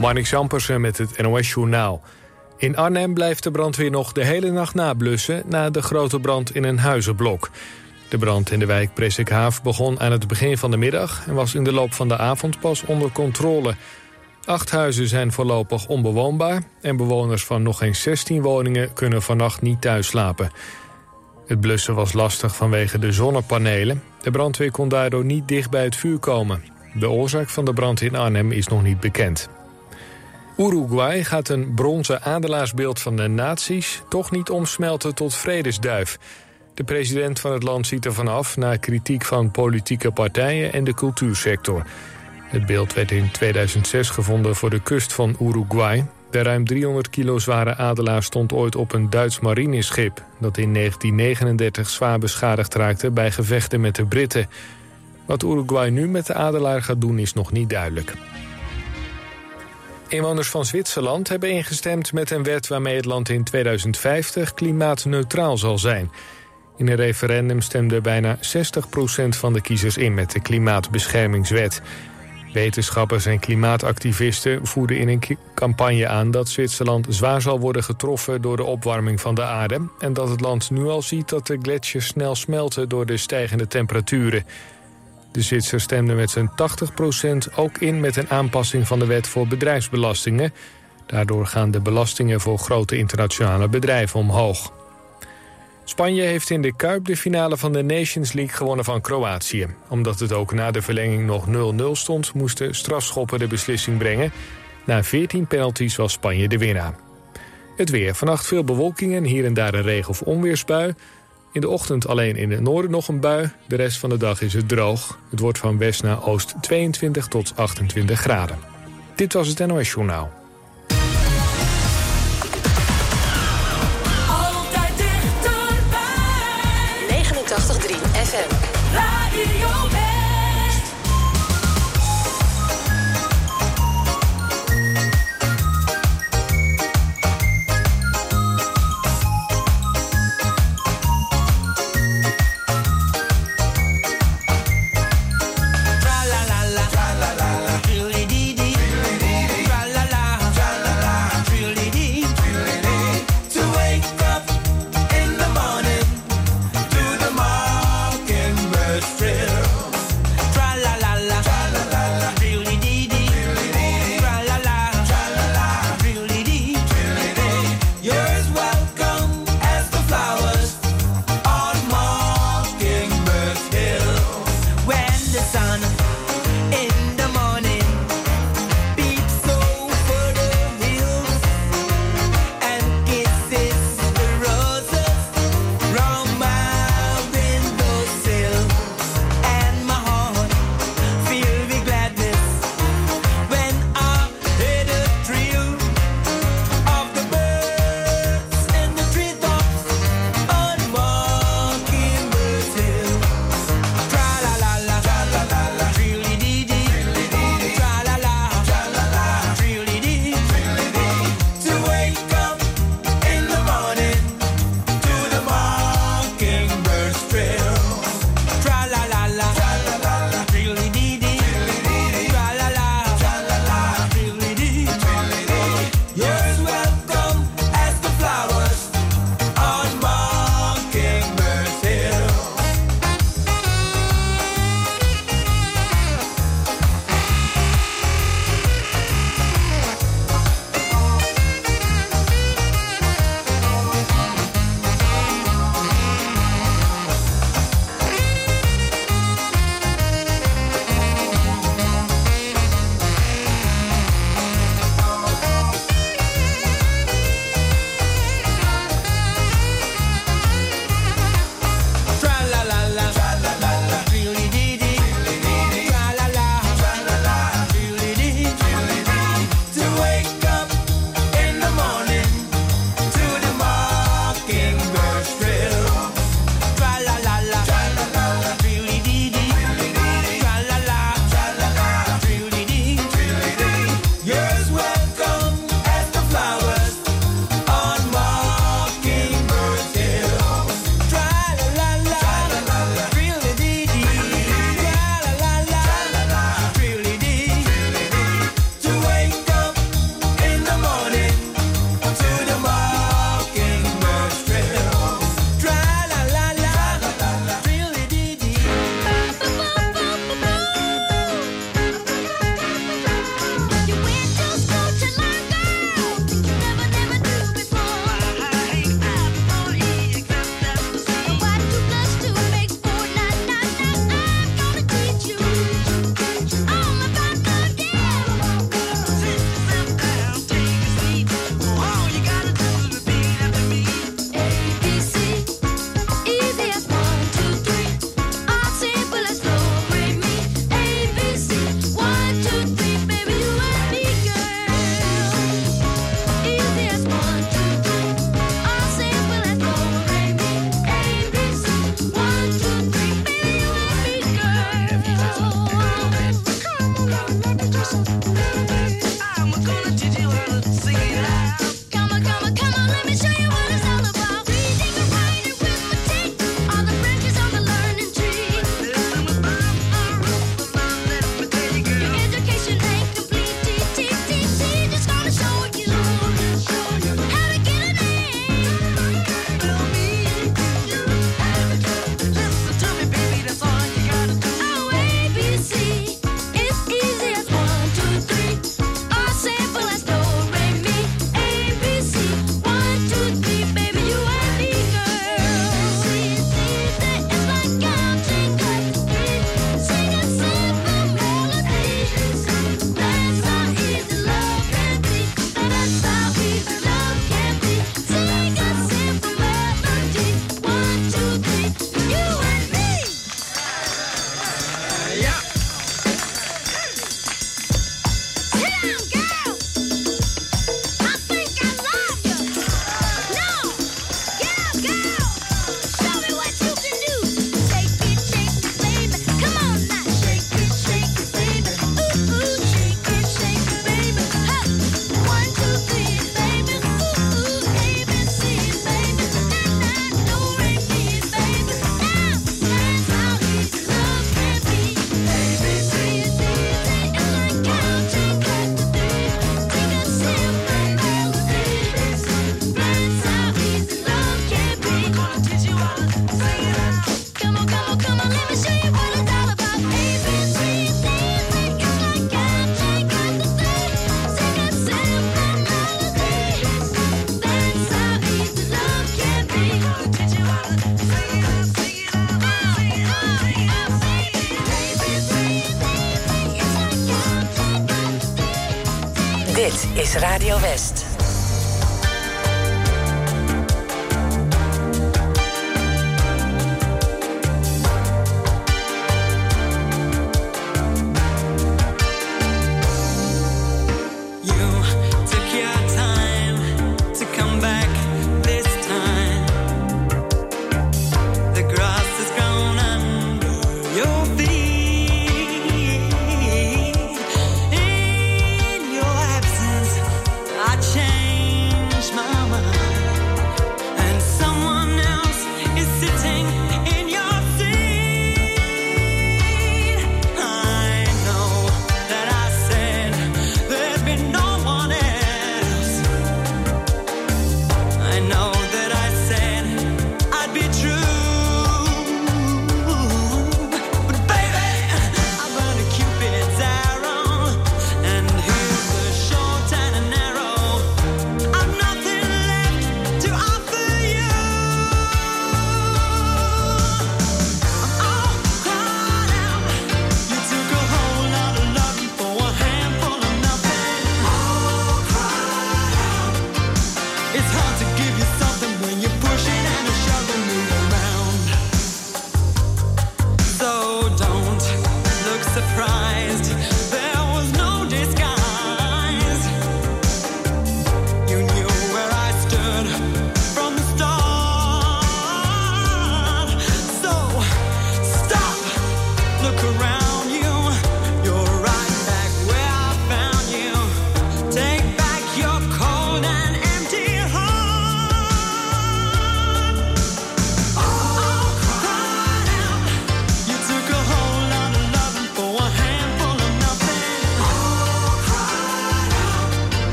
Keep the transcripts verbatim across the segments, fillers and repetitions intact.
Marnix Jampersen met het N O S-journaal. In Arnhem blijft de brandweer nog de hele nacht nablussen na de grote brand in een huizenblok. De brand in de wijk Presikhaaf begon aan het begin van de middag en was in de loop van de avond pas onder controle. Acht huizen zijn voorlopig onbewoonbaar en bewoners van nog eens zestien woningen kunnen vannacht niet thuis slapen. Het blussen was lastig vanwege de zonnepanelen. De brandweer kon daardoor niet dicht bij het vuur komen. De oorzaak van de brand in Arnhem is nog niet bekend. Uruguay gaat een bronzen adelaarsbeeld van de nazi's toch niet omsmelten tot vredesduif. De president van het land ziet ervan af na kritiek van politieke partijen en de cultuursector. Het beeld werd in tweeduizend zes gevonden voor de kust van Uruguay. De ruim driehonderd kilo zware adelaar stond ooit op een Duits marineschip dat in negentien negenendertig zwaar beschadigd raakte bij gevechten met de Britten. Wat Uruguay nu met de adelaar gaat doen is nog niet duidelijk. Inwoners van Zwitserland hebben ingestemd met een wet waarmee het land in tweeduizend vijftig klimaatneutraal zal zijn. In een referendum stemde bijna zestig procent van de kiezers in met de klimaatbeschermingswet. Wetenschappers en klimaatactivisten voerden in een campagne aan dat Zwitserland zwaar zal worden getroffen door de opwarming van de aarde en dat het land nu al ziet dat de gletsjers snel smelten door de stijgende temperaturen. De Zwitsers stemden met z'n tachtig procent ook in met een aanpassing van de wet voor bedrijfsbelastingen. Daardoor gaan de belastingen voor grote internationale bedrijven omhoog. Spanje heeft in de Kuip de finale van de Nations League gewonnen van Kroatië. Omdat het ook na de verlenging nog nul nul stond, moesten strafschoppen de beslissing brengen. Na veertien penalties was Spanje de winnaar. Het weer. Vannacht veel bewolking en hier en daar een regen- of onweersbui. In de ochtend alleen in het noorden nog een bui. De rest van de dag is het droog. Het wordt van west naar oost tweeëntwintig tot achtentwintig graden. Dit was het N O S-journaal. Altijd dichterbij. negenentachtig komma drie F M. Radio West. Thrill. Dit is Radio West.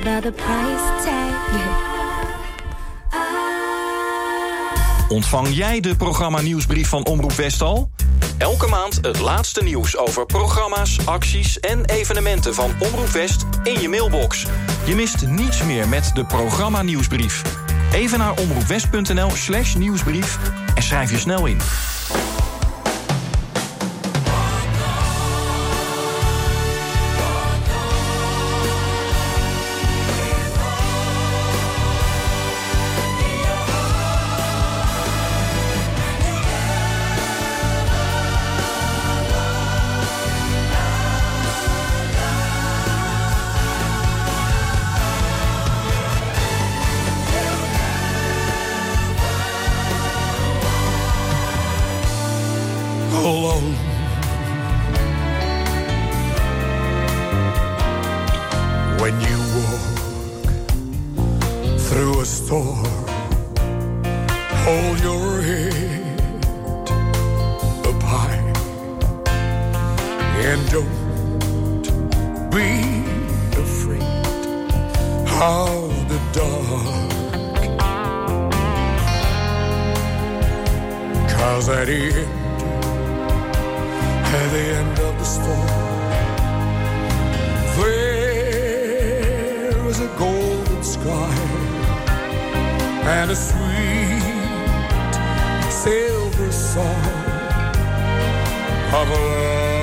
about the price tag. Ontvang jij de programma nieuwsbrief van Omroep West al? Elke maand het laatste nieuws over programma's, acties en evenementen van Omroep West in je mailbox. Je mist niets meer met de programma nieuwsbrief. Even naar omroepwest.nl slash nieuwsbrief en schrijf je snel in. Alone. When you walk through a store, hold your head up high and don't be afraid of the dark, 'cause at the end At the end of the storm, there is a golden sky and a sweet silver song of love.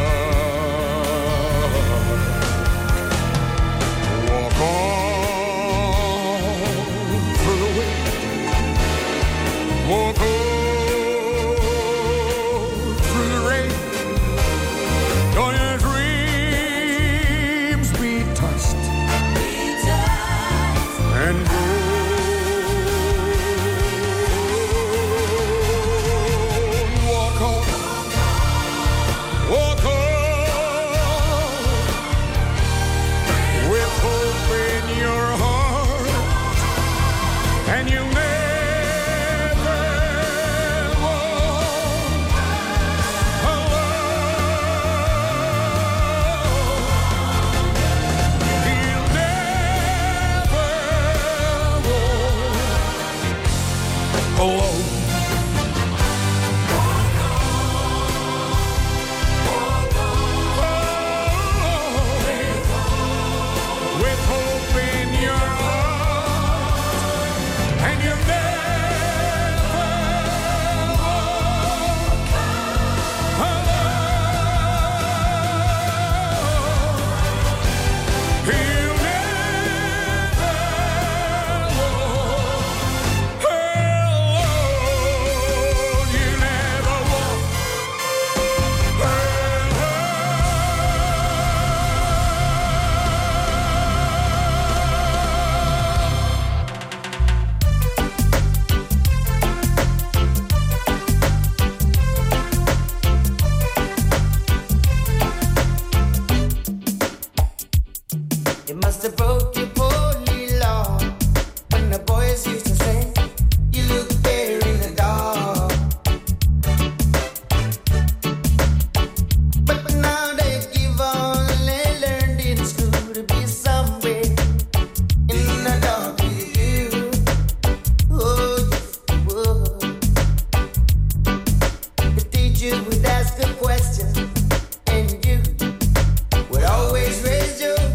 Walk on through the wind, walk on through the rain. Don't your dreams be touched, be touched. And go. Walk on, walk on, with hope in your heart, and you never walk alone. You'll never walk alone. With hope in your heart, and you never walk alone. You never walk alone. You never walk It must have broke your poorly law when the boys used to say you look better in the dark. But now they give all they learned in school to be somewhere in the dark with you. Oh yes, they would. The teacher would ask a question and you would always raise your hand.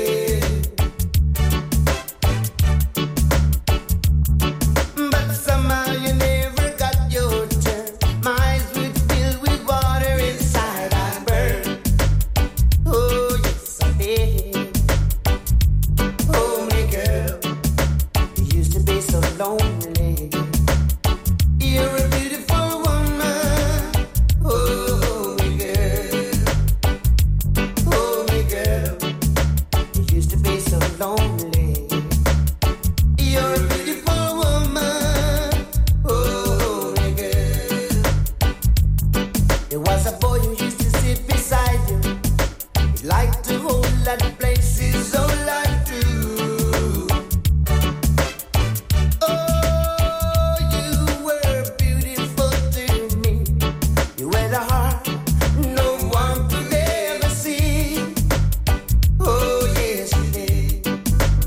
But somehow you never got your turn. My eyes would fill with water inside I burn. Oh yes I did. Oh my girl, you used to be so lonely. You're a beautiful woman. Oh my girl. Oh my girl, you used to be so lonely. You're a beautiful woman. Oh my girl. There was a boy who used to sit beside you. He liked to hold that places so like you. Oh, you were beautiful to me. You had a heart no one could ever see. Oh yes you did.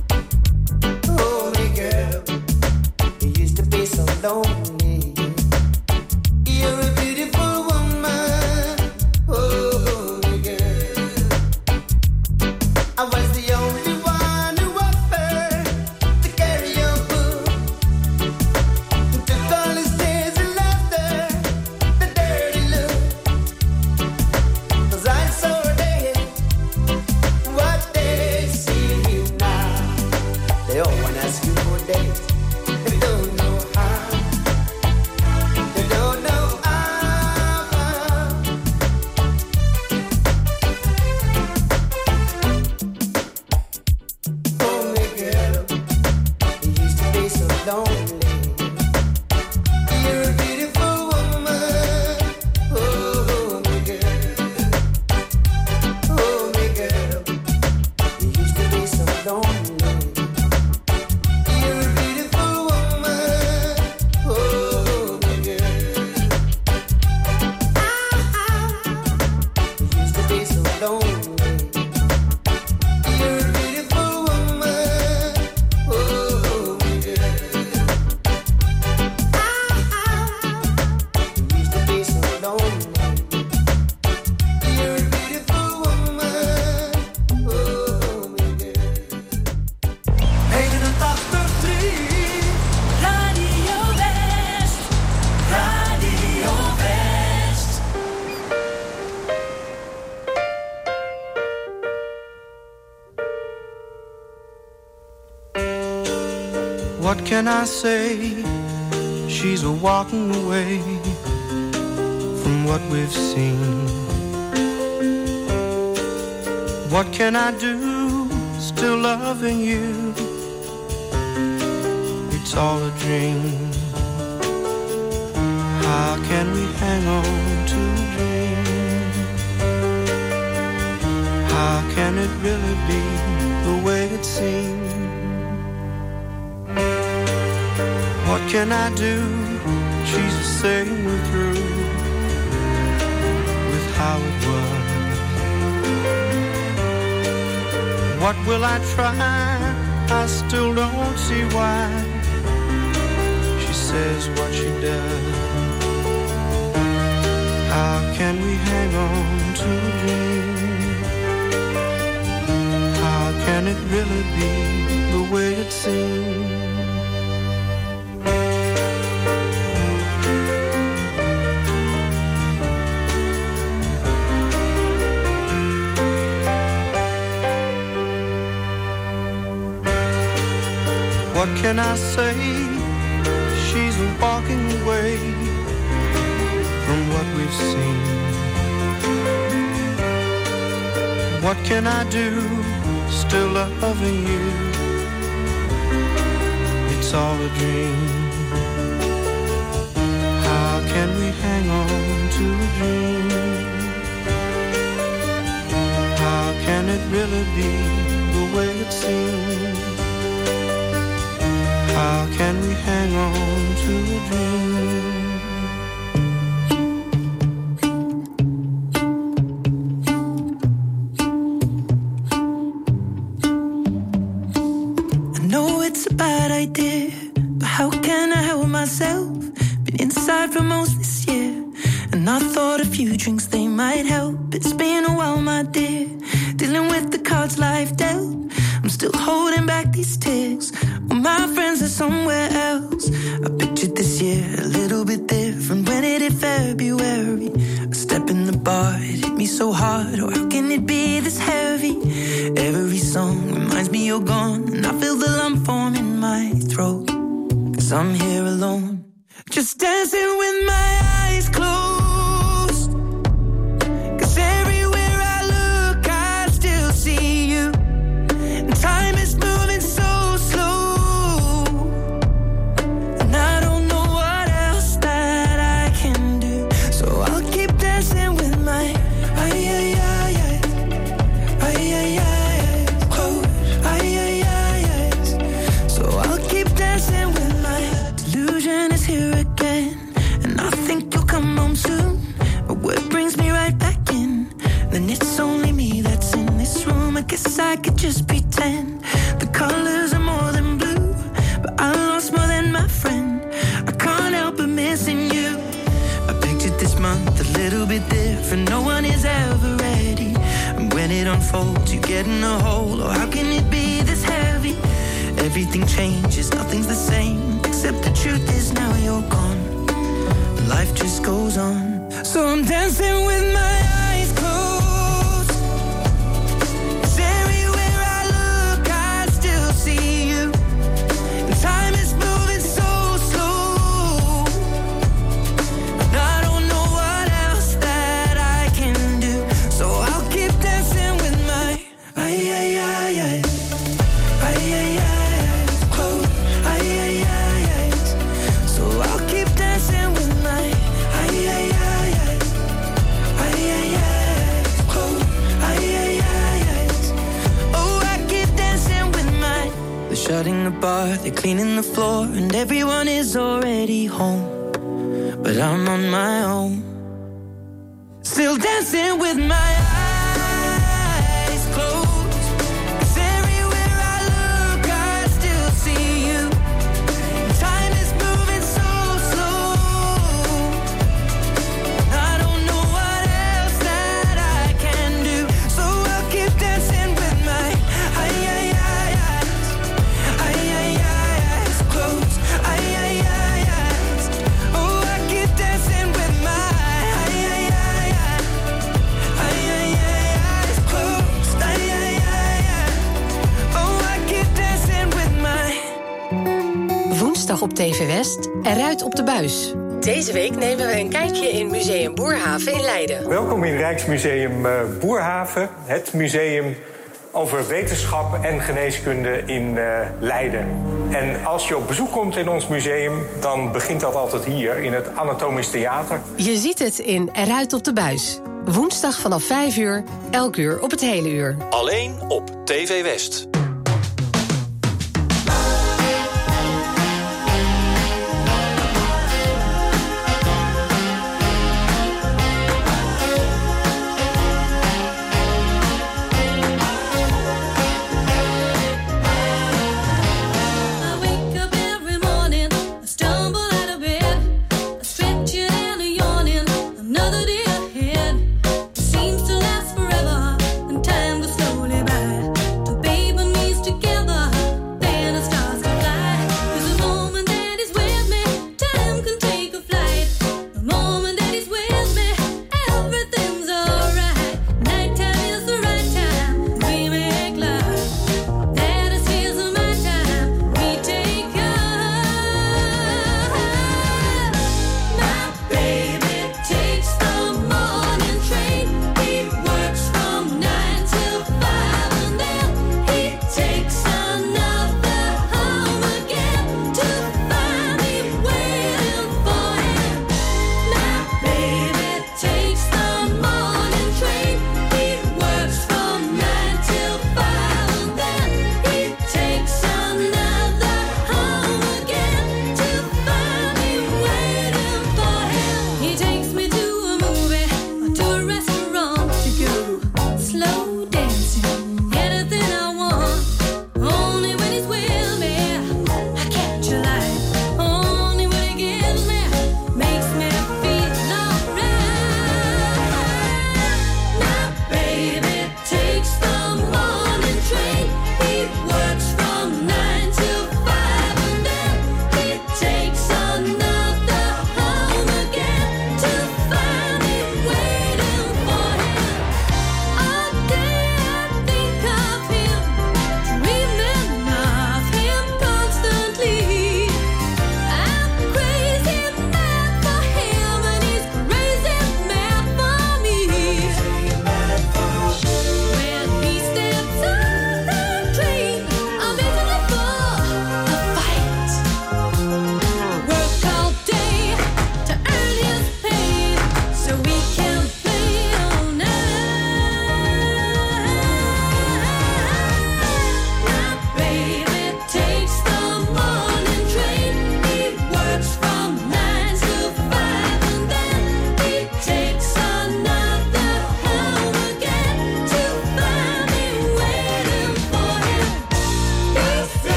What can I say? She's a walking away from what we've seen. What can I do? Still loving you. It's all a dream. How can we hang on to a dream? How can it really be the way it seems? What can I do? She's the same, we're through with how it was. What will I try? I still don't see why she says what she does. How can we hang on to a dream? How can it really be the way it seems? What can I say? She's walking away from what we've seen. What can I do? Still loving you. It's all a dream. How can we hang on to a dream? How can it really be the way it seems? How can we hang on to a dream? I know it's a bad idea, but how can I help myself? Been inside for most this year, and I thought a few drinks, they might help. It's been a while, my dear, dealing with the cards life dealt. I'm still holding back these tears. My friends are somewhere else. I pictured this year a little bit different. When it hit February, a step in the bar, it hit me so hard. Oh, how can it be this heavy? Every song reminds me you're gone, and I feel the lump form in my throat. Cause I'm here alone, just dancing with my eyes closed. Cause everywhere I look, I still see you. And time is moving so guess I could just pretend the colors are more than blue, but I lost more than my friend. I can't help but missing you. I pictured this month a little bit different. No one is ever ready, and when it unfolds, you get in a hole. Oh, how can it be this heavy? Everything changes, nothing's the same, except the truth is now you're gone. Life just goes on, so I'm dancing with my eyes closed. Time is moving so slow, and I don't know what else that I can do. So I'll keep dancing with my ay ay ay ay ay ay ay close ay ay ay ay. So I'll keep dancing with my ay ay ay ay ay ay ay close ay ay ay ay. Oh, I keep dancing with my. They're shutting the bar, they're cleaning the floor, and everyone is already home. But I'm on my own, still dancing with my eyes closed. 'Cause everywhere I look, I still see you. Time is moving so slow, I don't know what else that I can do. So I'll keep dancing with my ay ay ay eyes, ay ay ay eyes closed, ay ay ay eyes. Oh, I keep dancing with my ay ay ay ay ay woensdag op T V West, Eruit op de buis. Deze week nemen we een kijkje in Museum Boerhaven in Leiden. Welkom in Rijksmuseum uh, Boerhaven, het museum over wetenschap en geneeskunde in uh, Leiden. En als je op bezoek komt in ons museum, dan begint dat altijd hier, in het Anatomisch Theater. Je ziet het in Eruit op de buis. Woensdag vanaf vijf uur, elk uur op het hele uur. Alleen op T V West.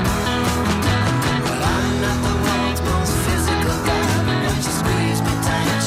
Time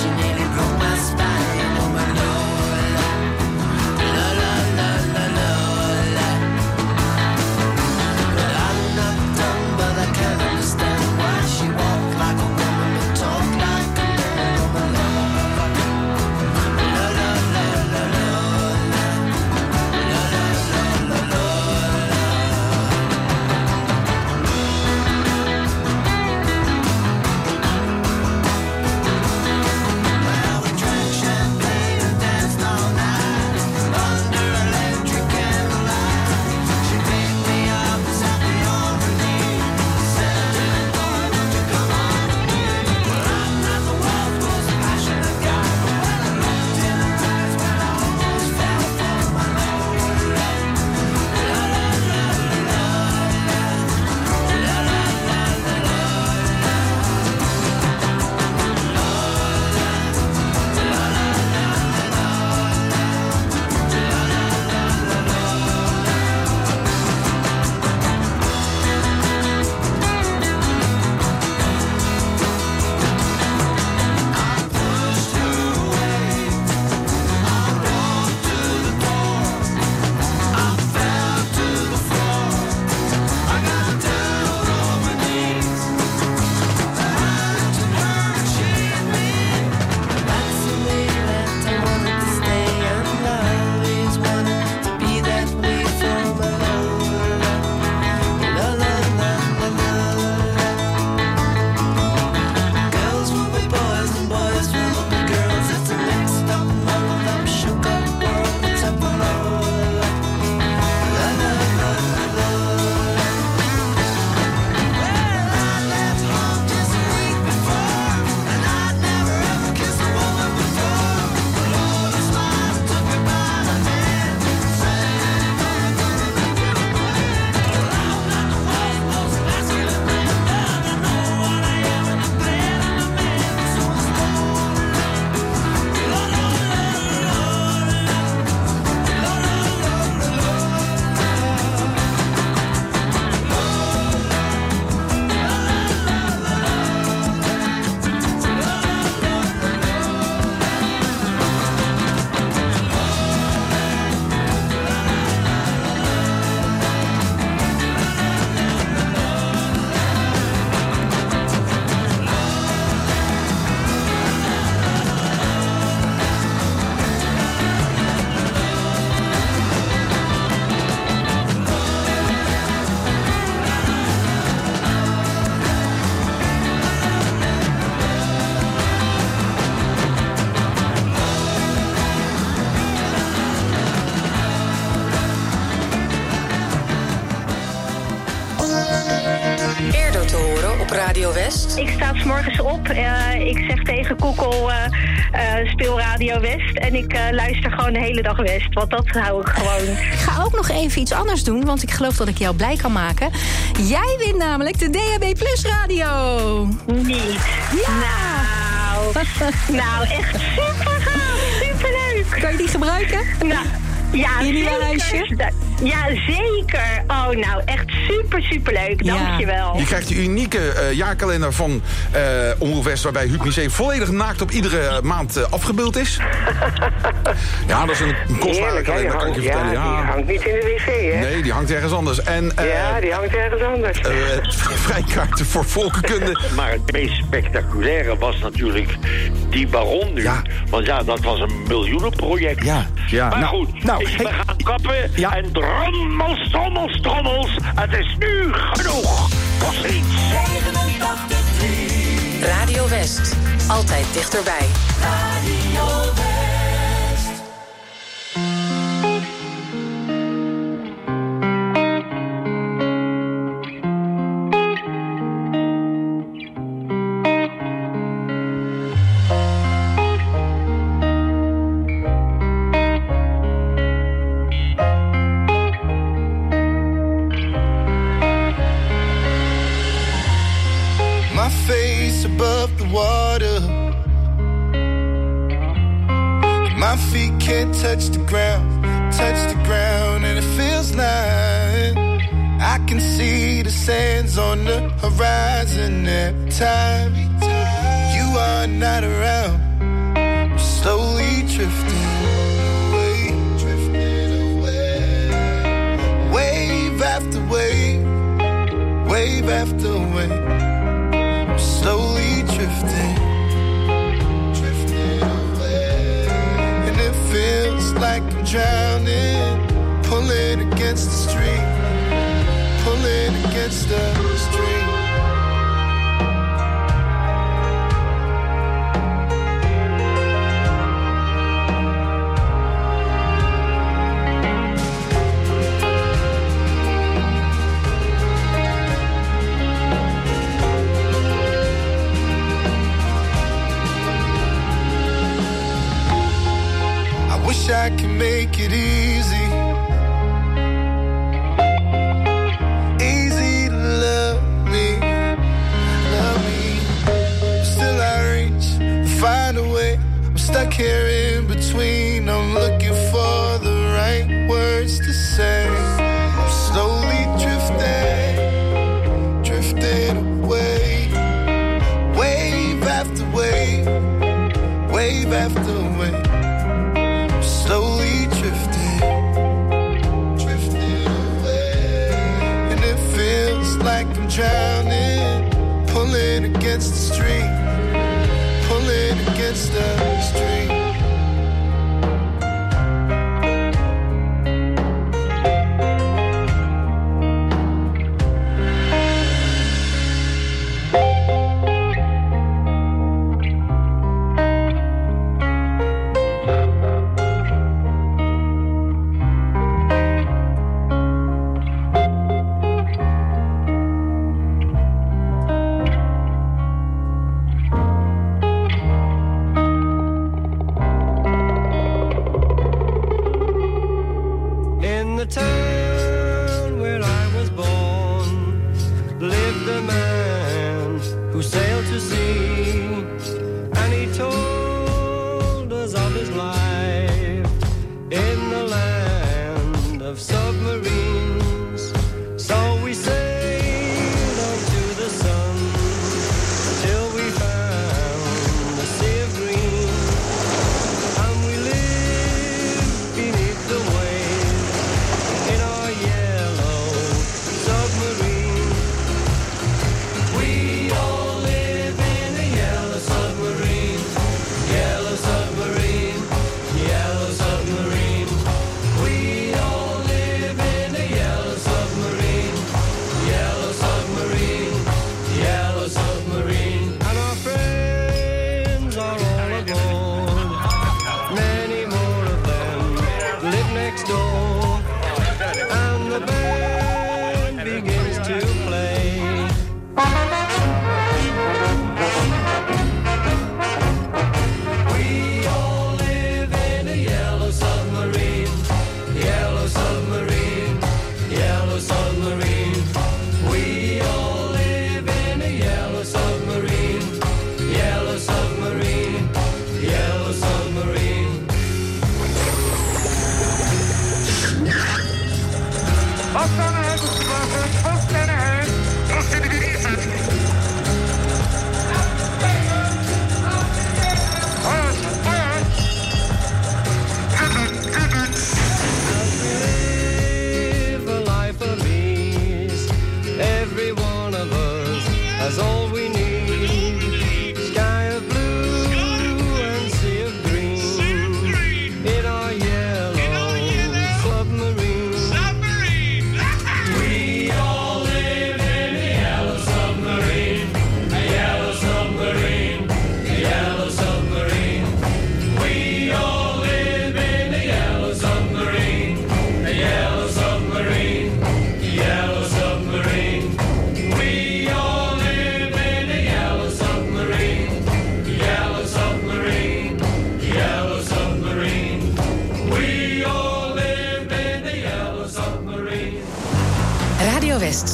West. Ik sta 's morgens op. Uh, ik zeg tegen Koekel, uh, uh, speel Radio West. En ik uh, luister gewoon de hele dag West. Want dat hou ik gewoon. Ik ga ook nog even iets anders doen, want ik geloof dat ik jou blij kan maken. Jij wint namelijk de D H B Plus radio. Niet. Ja. Nou, nou echt super gaaf. Superleuk. Kan je die gebruiken? Nou, ja, in je huisje? Ja, zeker. Oh, nou, echt super, super leuk. Dankjewel. Ja. Je krijgt de unieke uh, jaarkalender van uh, Omroep West, waarbij Huub Museum volledig naakt op iedere maand uh, afgebeeld is. Ja, dat is een, een kostbare kalender, kan ik je vertellen. Ja, ja, die hangt niet in de wc, hè? Nee, die hangt ergens anders. En, uh, ja, die hangt ergens anders. Uh, vrijkaarten voor volkenkunde. Maar het meest spectaculaire was natuurlijk die baron nu. Ja. Want ja, dat was een miljoenenproject. Ja, ja. Maar nou, goed, nou, ik hey. we gaan kappen. Ja. En trommels, trommels, trommels. Het is nu genoeg. Tot ziens. Radio West. Altijd dichterbij. Radio West. Above the water, my feet can't touch the ground, touch the ground, and it feels like I can see the sands on the horizon every time you are not around. I'm slowly drifting away, drifting away, wave after wave, wave after wave. Slowly drifting, drifting away, and it feels like I'm drowning, pulling against the stream, pulling against the stream. I can make it easy, easy to love me, love me. Still I reach, find a way. I'm stuck here in between. I'm looking for the right words to say. I'm slowly drifting, drifting away, wave after wave, wave after wave. Slowly drifting, drifting away, and it feels like I'm drowning, pulling against the stream, pulling against the stream.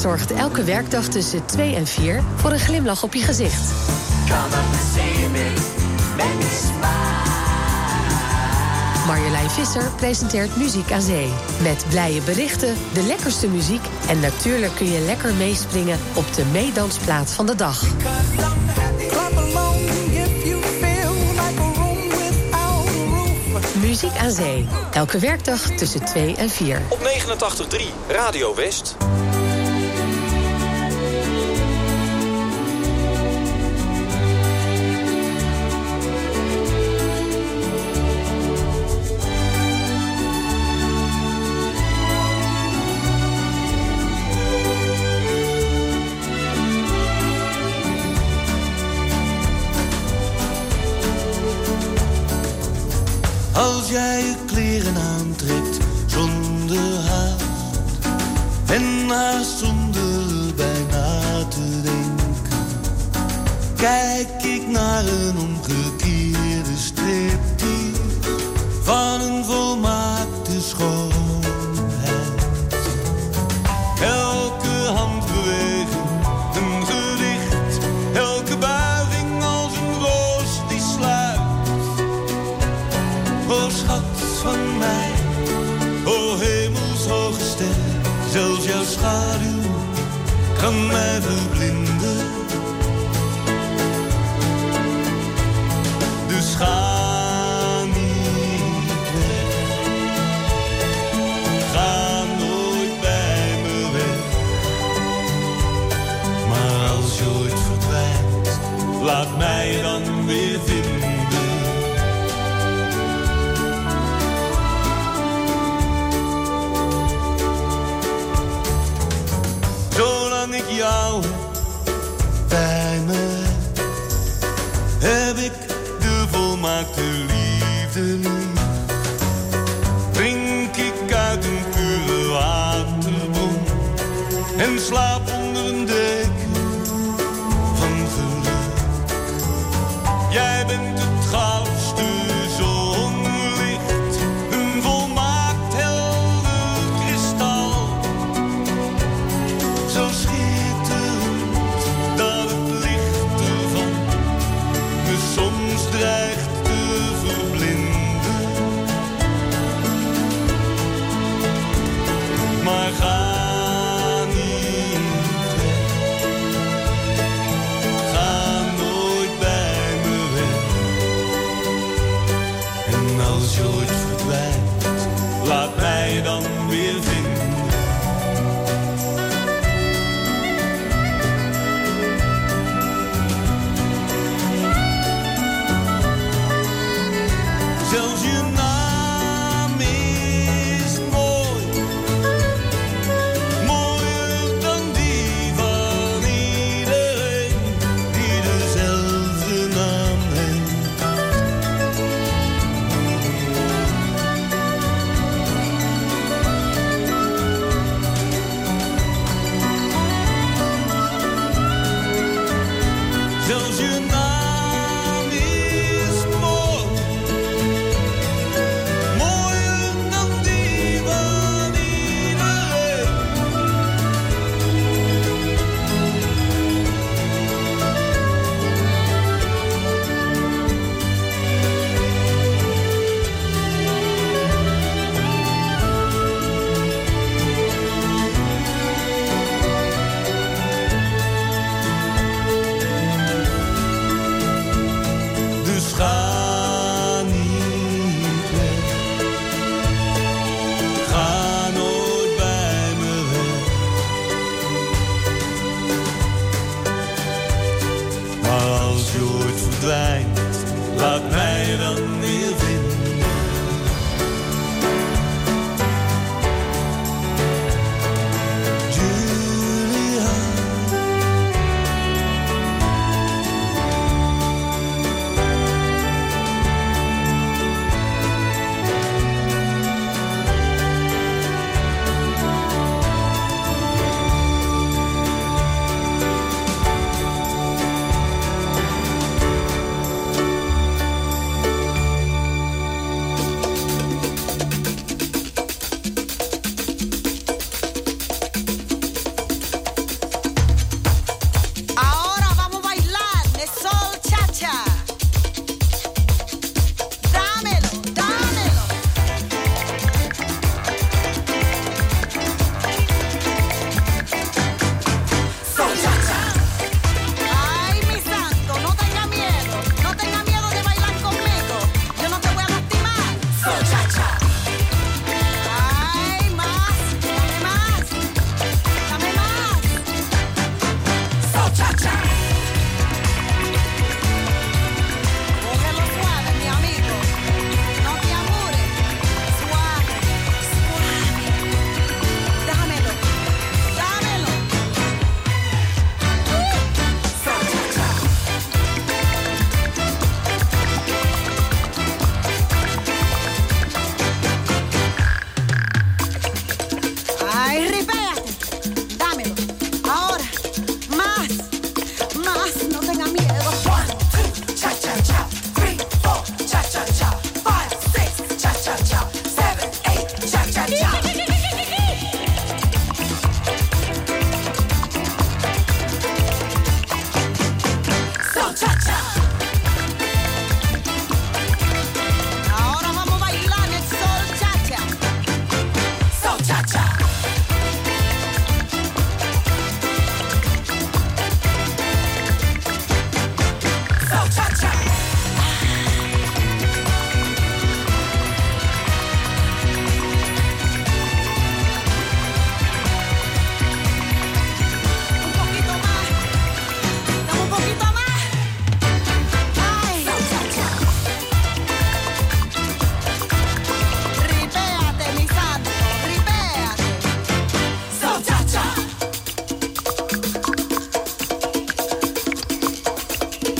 zorgt elke werkdag tussen twee en vier voor een glimlach op je gezicht. Marjolein Visser presenteert Muziek aan Zee. Met blije berichten, de lekkerste muziek en natuurlijk kun je lekker meespringen op de meedansplaat van de dag. Muziek aan Zee. Elke werkdag tussen twee en vier. Op negenentachtig komma drie Radio West. Als jij je kleren aantrekt zonder haast en haast zonder bij na te denken, kijk ik naar een omgekeerde striptease van een volmaakte schoonheid. Elke handbeweging een gedicht, elke buiging als een roos die sluit. O schat van mij, o hemelshoge ster, zelfs jouw schaduw kan mij verblinden. Dus ga niet weg, ga nooit bij me weg. Maar als je ooit verdwijnt, laat mij dan weer vinden. Zolang ik jou bij me heb ik de volmaakte liefde lief. Drink ik uit een pure waterbron en slaap onder een deken van geluk. Jij bent het goudste zonlicht, een volmaakt helder kristal. Zo schitterend dat het licht ervan me soms dreigt te verblinden. Maar ga niet weg, ga nooit bij me weg. En als je ooit verdwijnt, laat mij dan weer vinden. Zelfs je naam is mooi, mooier dan die van iedereen die dezelfde naam heeft. Zelfs je naam is mooi, mooier dan die van iedereen. Dus ga niet weg, ga nooit bij me weg. Maar als je ooit verdwijnt, laat mij dan weer vinden. Julia.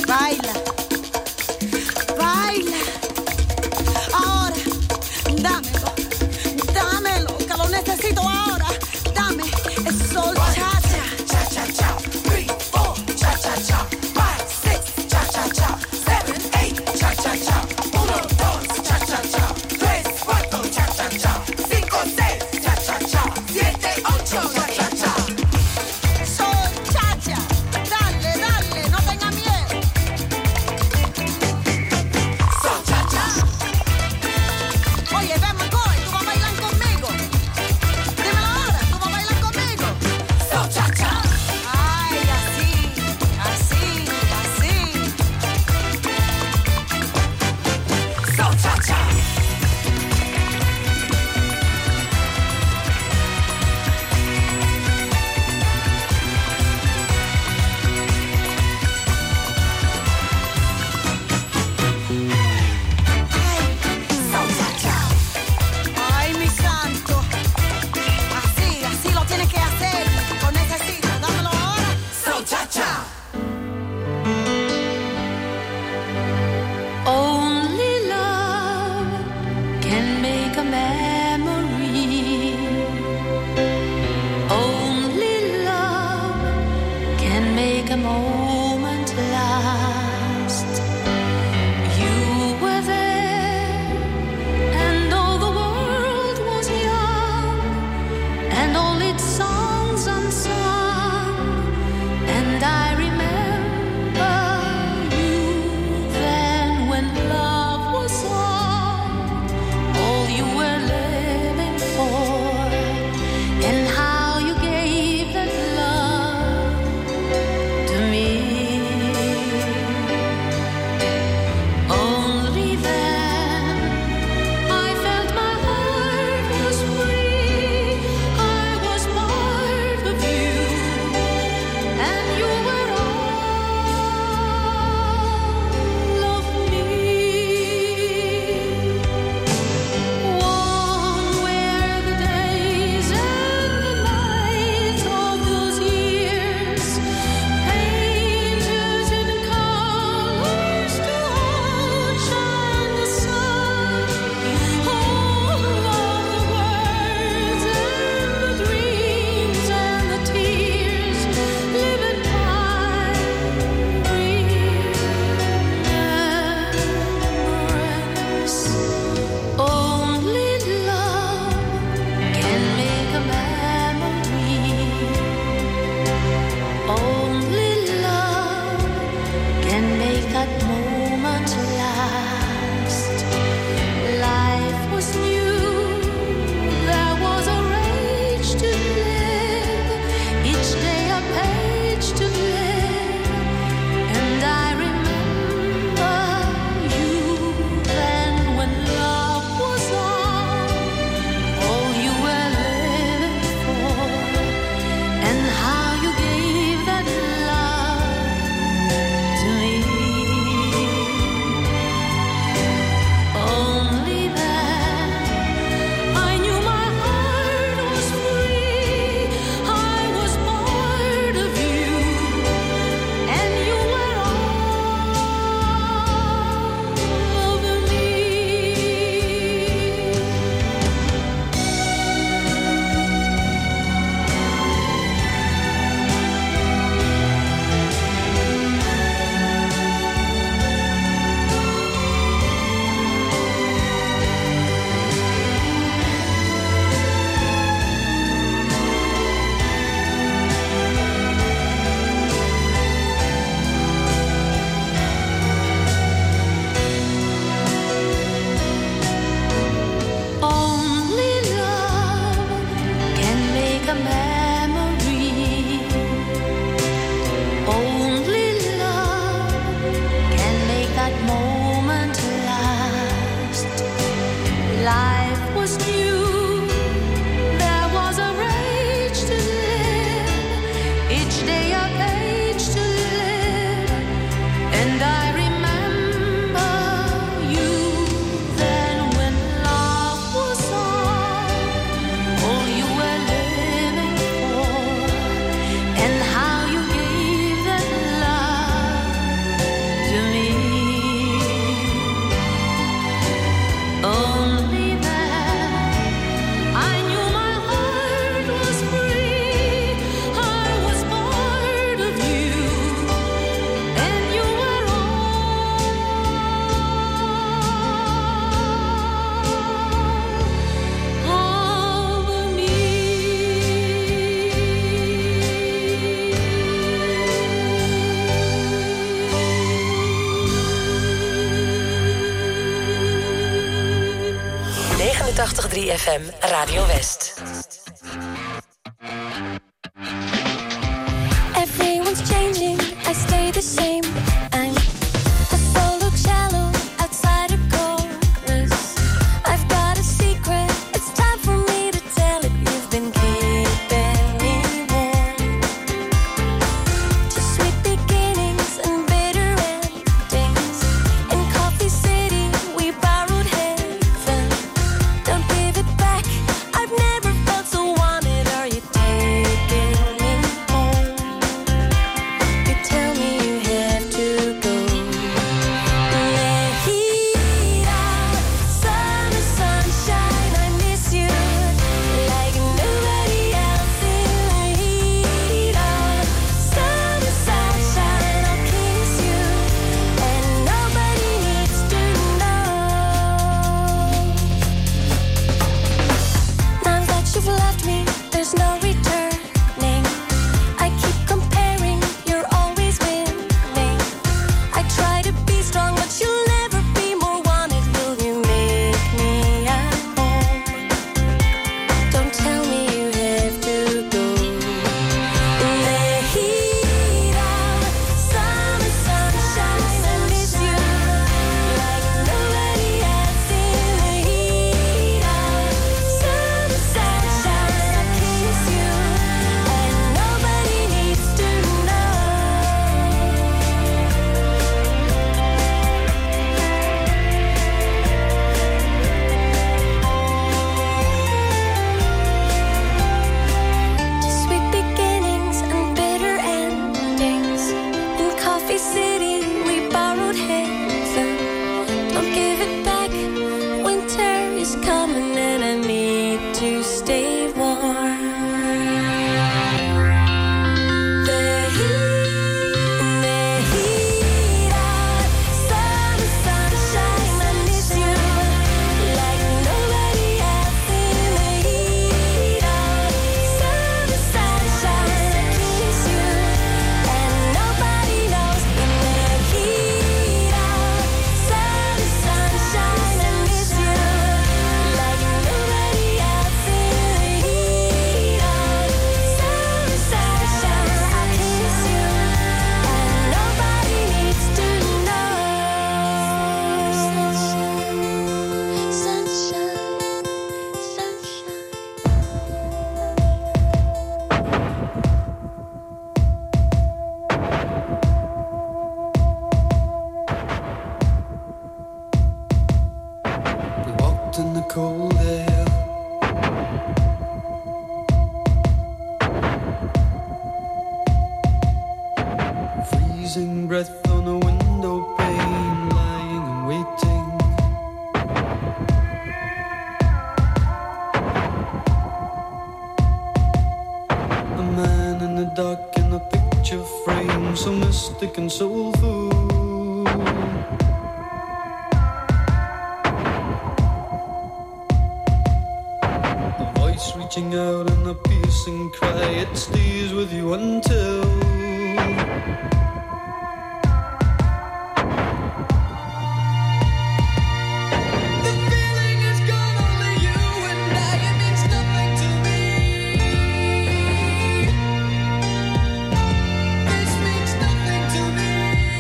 Baila, baila. Ahora, dámelo, dámelo, que lo necesito ahora. Dame el sol, cha cha, cha cha cha, three, four, cha cha cha, five, six, cha cha cha, seven, eight, cha cha cha, uno, dos, cha cha cha, tres, cuatro, cha cha cha, cinco, seis, cha cha cha, siete, ocho, cha cha cha. Sol, cha cha, dale, dale, no tenga miedo. eenentachtig komma drie F M Radio West. Everyone's changing, I stay the same. I'm a solo cello outside a chorus. I've got a secret, it's time for me to tell it. You've been keeping me warm. To sweet beginnings and bitter endings. In Coffee City, we borrowed heaven. Don't give it back, I've never felt so wanted. Are you taking me home? You tell me you have to go. Mejida, summer sunshine, I miss you like nobody else in Mejida. Summer sunshine, I'll kiss you, and nobody needs to know. Now that you've left me, there's no returning. I keep comparing, you're always winning. I try to be strong, but you'll never be more wanted. Will you make me at home? Don't tell me you have to go. Mejida, summer sunshine, I miss you like nobody else in Mejida. Summer sunshine, I kiss you, and nobody needs to know. To sweet beginnings and bitter endings. In Coffee City, we borrowed heaven. Don't give it back. Winter is coming and I need to stay warm. The heat, Mejida, summer sunshine, I miss you like nobody else in Mejida. Summer sunshine, I kiss you, and nobody knows. Mejida, summer sunshine, I miss you like nobody else in Mejida. Summer sunshine, I kiss you, and nobody needs to know. Sunshine, sunshine. We walked in the cold air. Freezing breath on a window pane, lying and waiting. A man in the dark in a picture frame, so mystic and soulful. A voice reaching out in a piercing cry, it stays with you until the feeling is gone, only you and I, it means nothing to me. This means nothing to me.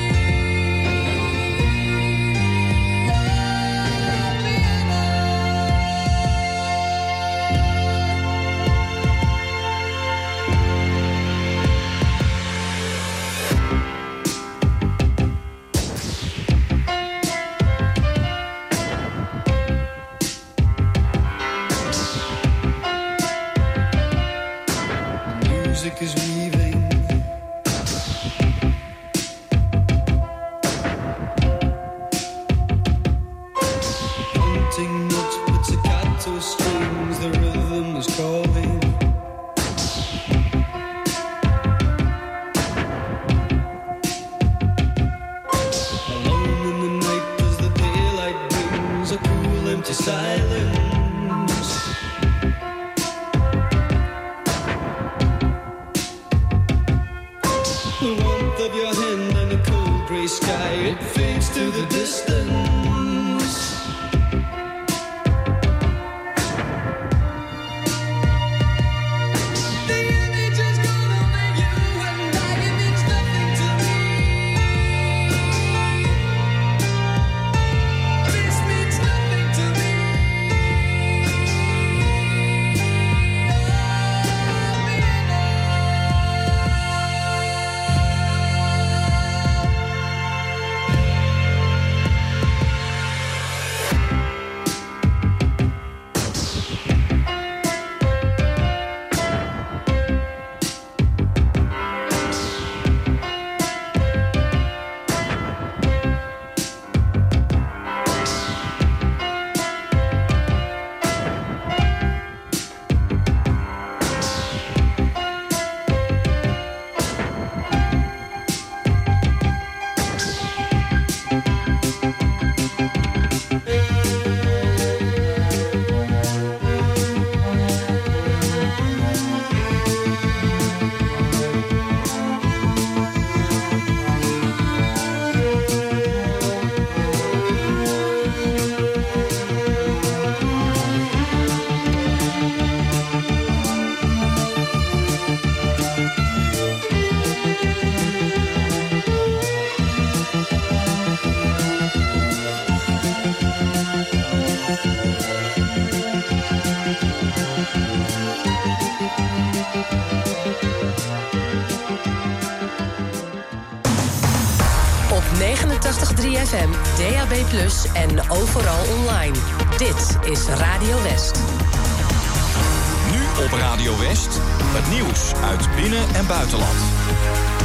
Music is weaving. Haunting notes, pizzicato strings, the rhythm is calling. Alone in the night as the daylight brings a cool empty silence. The warmth of your hand and a cold gray sky, it fades to the distance. vijftig komma drie F M, D A B plus, en overal online. Dit is Radio West. Nu op Radio West, het nieuws uit binnen- en buitenland.